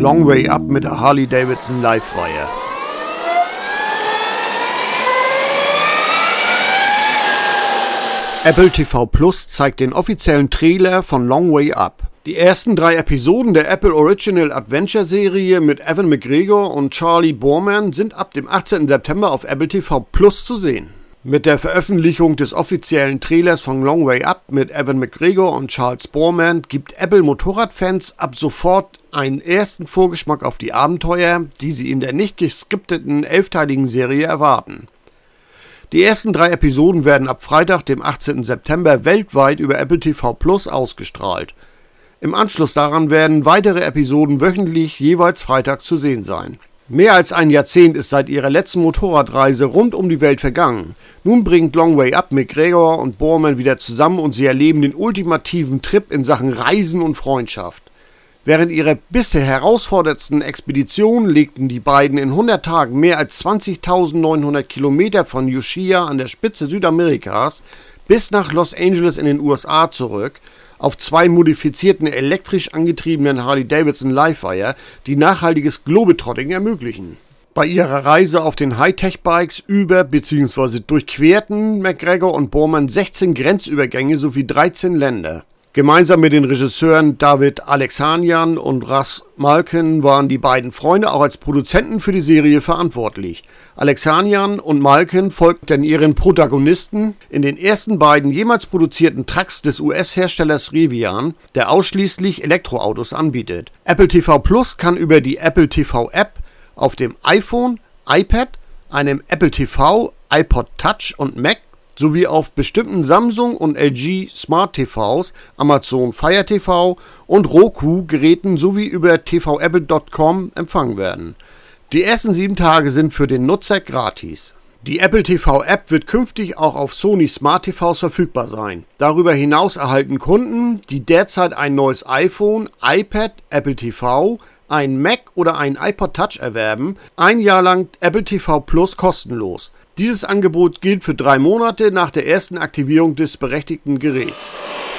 Long Way Up mit der Harley-Davidson Livewire. Apple TV Plus zeigt den offiziellen Trailer von Long Way Up. Die ersten 3 Episoden der Apple Original Adventure Serie mit Ewan McGregor und Charlie Boorman sind ab dem 18. September auf Apple TV Plus zu sehen. Mit der Veröffentlichung des offiziellen Trailers von Long Way Up mit Ewan McGregor und Charles Boorman gibt Apple Motorradfans ab sofort einen ersten Vorgeschmack auf die Abenteuer, die sie in der nicht geskripteten 11-teiligen Serie erwarten. Die ersten 3 Episoden werden ab Freitag, dem 18. September, weltweit über Apple TV Plus ausgestrahlt. Im Anschluss daran werden weitere Episoden wöchentlich jeweils freitags zu sehen sein. Mehr als ein Jahrzehnt ist seit ihrer letzten Motorradreise rund um die Welt vergangen. Nun bringt Long Way Up McGregor und Boorman wieder zusammen und sie erleben den ultimativen Trip in Sachen Reisen und Freundschaft. Während ihrer bisher herausforderndsten Expedition legten die beiden in 100 Tagen mehr als 20.900 Kilometer von Ushuaia an der Spitze Südamerikas bis nach Los Angeles in den USA zurück, auf 2 modifizierten elektrisch angetriebenen Harley-Davidson Livewire, die nachhaltiges Globetrotting ermöglichen. Bei ihrer Reise auf den Hightech-Bikes über bzw. durchquerten McGregor und Boorman 16 Grenzübergänge sowie 13 Länder. Gemeinsam mit den Regisseuren David Alexanian und Russ Malkin waren die beiden Freunde auch als Produzenten für die Serie verantwortlich. Alexanian und Malkin folgten ihren Protagonisten in den ersten beiden jemals produzierten Trucks des US-Herstellers Rivian, der ausschließlich Elektroautos anbietet. Apple TV Plus kann über die Apple TV App auf dem iPhone, iPad, einem Apple TV, iPod Touch und Mac sowie auf bestimmten Samsung und LG Smart TVs, Amazon Fire TV und Roku-Geräten sowie über tvapple.com empfangen werden. Die ersten 7 Tage sind für den Nutzer gratis. Die Apple TV App wird künftig auch auf Sony Smart TVs verfügbar sein. Darüber hinaus erhalten Kunden, die derzeit ein neues iPhone, iPad, Apple TV, ein Mac oder ein iPod Touch erwerben, 1 Jahr lang Apple TV Plus kostenlos. Dieses Angebot gilt für 3 Monate nach der ersten Aktivierung des berechtigten Geräts.